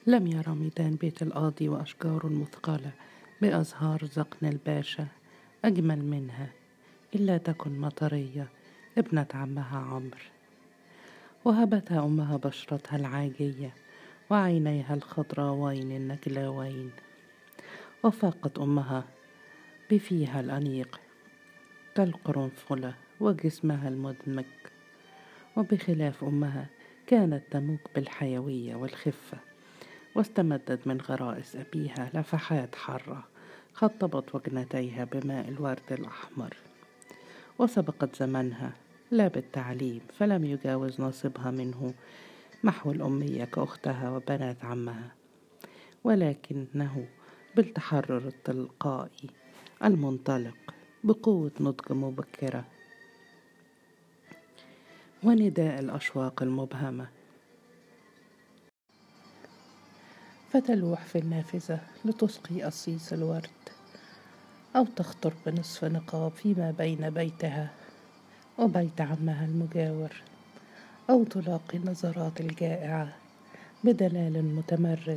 لم يرى ميدان بيت القاضي وأشجاره المثقلة بأزهار زقن الباشا أجمل منها، إلا تكن مطرية ابنة عمها عمرو، وهبتها أمها بشرتها العاجية وعينيها الخضراوين النجلاوين، وفاقت أمها بفيها الأنيق كالقرنفلة وجسمها المدمج، وبخلاف أمها كانت تموج بالحيوية والخفة، واستمدت من غرائز أبيها لفحات حارة خطبت وجنتيها بماء الورد الأحمر، وسبقت زمنها لا بالتعليم فلم يجاوز نصيبها منه محو الأمية كأختها وبنات عمها، ولكنه بالتحرر التلقائي المنطلق بقوة نضج مبكرة ونداء الأشواق المبهمة، فتلوح في النافذة لتسقي قصيص الورد، أو تخطر بنصف نقاب فيما بين بيتها وبيت عمها المجاور، أو تلاقي النظرات الجائعة بدلال متمرد.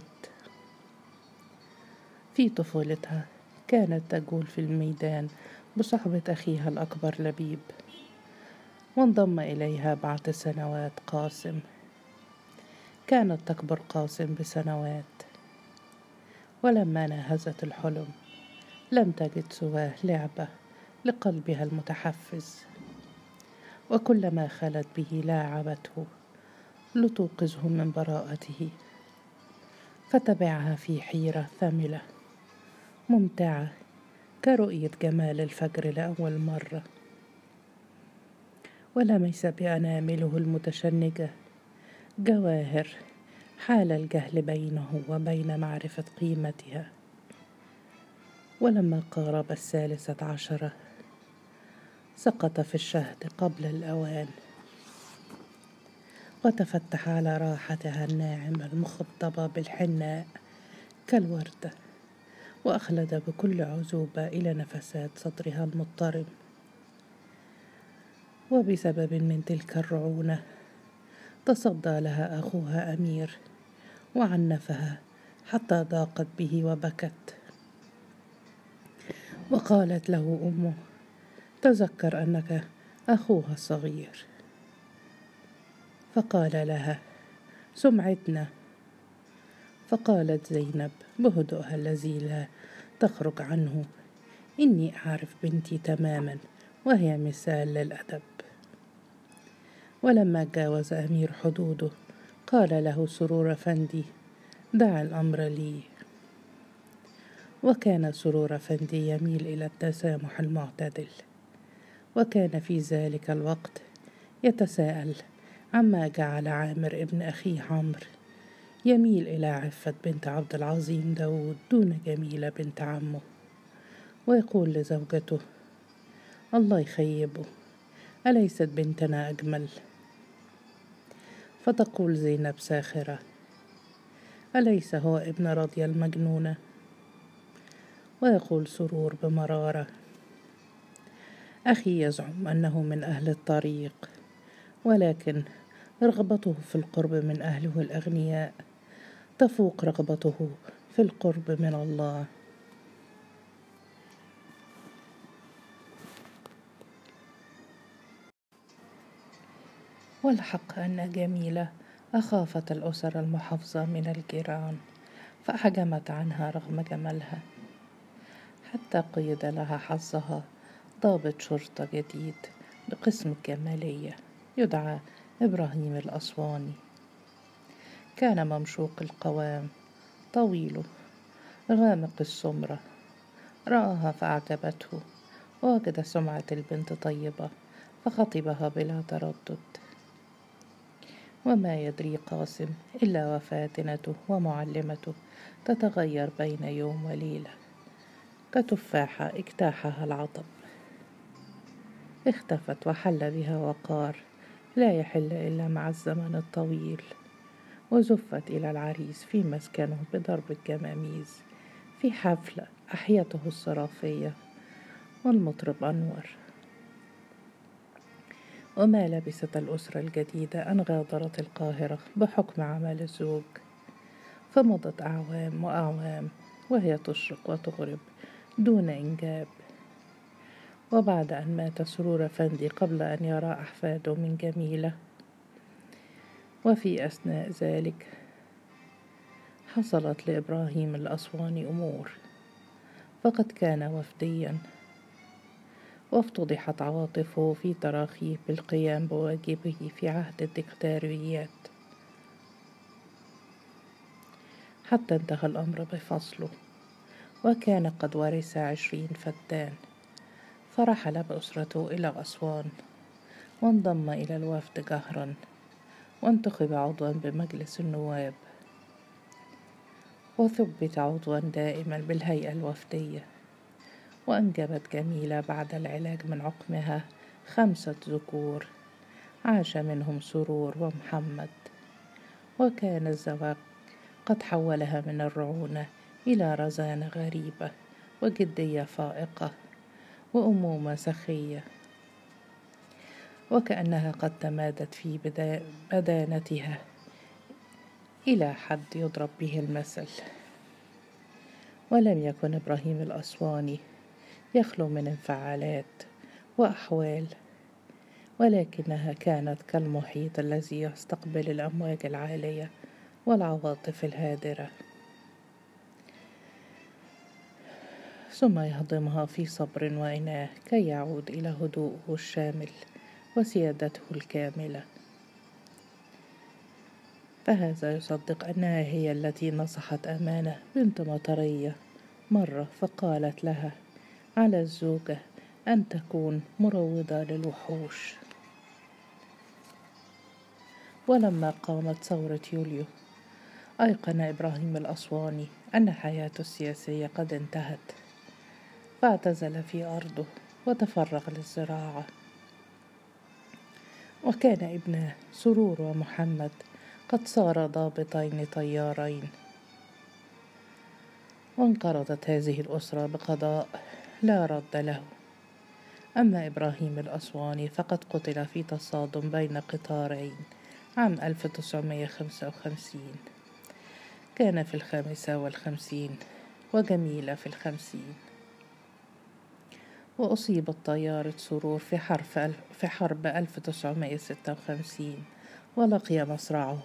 في طفولتها كانت تجول في الميدان بصحبة أخيها الأكبر لبيب، وانضم إليها بعد سنوات قاسم. كانت تكبر قاسم بسنوات، ولما ناهزت الحلم لم تجد سواه لعبة لقلبها المتحفز، وكلما خلت به لاعبته لتوقظه من براءته، فتبعها في حيرة ثملة ممتعة كرؤية جمال الفجر لأول مرة، ولمس بأنامله المتشنجة جواهر حال الجهل بينه وبين معرفة قيمتها. ولما قارب 13 سقط في الشهد قبل الأوان، وتفتح على راحتها الناعمة المخضبة بالحناء كالوردة، وأخلد بكل عذوبة إلى نفسات صدرها المضطرب. وبسبب من تلك الرعونة تصدى لها أخوها أمير وعنفها حتى ضاقت به وبكت، وقالت له أمه: تذكر أنك أخوها الصغير. فقال لها: سمعتنا. فقالت زينب بهدوءها الذي لا تخرج عنه: إني أعرف بنتي تماما وهي مثال للأدب. ولما جاوز أمير حدوده قال له سرور أفندي: دع الأمر لي. وكان سرور أفندي يميل إلى التسامح المعتدل، وكان في ذلك الوقت يتساءل عما جعل عامر ابن أخيه عمرو يميل إلى عفة بنت عبد العظيم داود دون جميلة بنت عمه، ويقول لزوجته: الله يخيبه، أليست بنتنا أجمل؟ فتقول زينب ساخرة: أليس هو ابن رضية المجنونة؟ ويقول سرور بمرارة: أخي يزعم أنه من أهل الطريق، ولكن رغبته في القرب من أهله الأغنياء تفوق رغبته في القرب من الله. والحق أن جميلة أخافت الأسر المحافظة من الجيران، فأحجمت عنها رغم جمالها، حتى قيد لها حظها ضابط شرطة جديد بقسم الجمالية يدعى إبراهيم الأسواني. كان ممشوق القوام، طويل غامق السمرة، رآها فأعجبته، ووجد سمعة البنت طيبة فخطبها بلا تردد. وما يدري قاسم إلا وفاتنته ومعلمته تتغير بين يوم وليلة كتفاحة اجتاحها العطب، اختفت وحل بها وقار لا يحل إلا مع الزمن الطويل، وزفت إلى العريس في مسكنه بضرب الجماميز في حفلة أحيته الصرافية والمطرب أنور. وما لبثت الأسرة الجديدة أن غادرت القاهرة بحكم عمل الزوج، فمضت أعوام وأعوام وهي تشرق وتغرب دون إنجاب. وبعد أن مات سرور أفندي قبل أن يرى أحفاده من جميلة، وفي أثناء ذلك حصلت لإبراهيم الأسواني أمور، فقد كان وفديا، وافتضحت عواطفه في تراخيه بالقيام بواجبه في عهد الدكتاتوريات، حتى انتهى الأمر بفصله، وكان قد ورث 20 فدان. فرحل بأسرته إلى أسوان، وانضم إلى الوفد جهرا، وانتخب عضوا بمجلس النواب، وثبت عضوا دائما بالهيئة الوفدية. وأنجبت جميلة بعد العلاج من عقمها 5 ذكور، عاش منهم سرور ومحمد. وكان الزواج قد حولها من الرعونة إلى رزانة غريبة، وجدية فائقة، وأمومة سخية، وكأنها قد تمادت في بدانتها إلى حد يضرب به المثل. ولم يكن إبراهيم الأسواني يخلو من انفعالات وأحوال، ولكنها كانت كالمحيط الذي يستقبل الأمواج العالية والعواطف الهادرة، ثم يهضمها في صبر وإناة كي يعود إلى هدوءه الشامل وسيادته الكاملة. فهذا يصدق أنها هي التي نصحت أمانة بنت مطرية مرة، فقالت لها: على الزوجة أن تكون مروضة للوحوش. ولما قامت ثورة يوليو، أيقن إبراهيم الأسواني أن حياته السياسية قد انتهت، فاعتزل في أرضه وتفرغ للزراعة. وكان ابناه سرور ومحمد قد صار ضابطين طيارين، وانقرضت هذه الأسرة بقضاء لا رد له. أما إبراهيم الأسواني فقد قتل في تصادم بين قطارين عام 1955، كان في 55 وجميلة في 50. وأصيبت طيارة سرور في حرب 1956 ولقي مصرعه،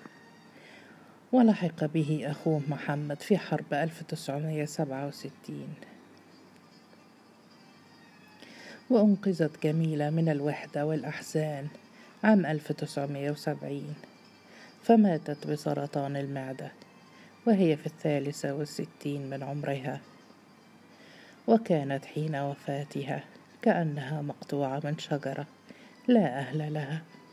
ولحق به أخوه محمد في حرب 1967. وأنقذت جميلة من الوحدة والأحزان عام 1970، فماتت بسرطان المعدة وهي في 63 من عمرها، وكانت حين وفاتها كأنها مقطوعة من شجرة لا أهل لها.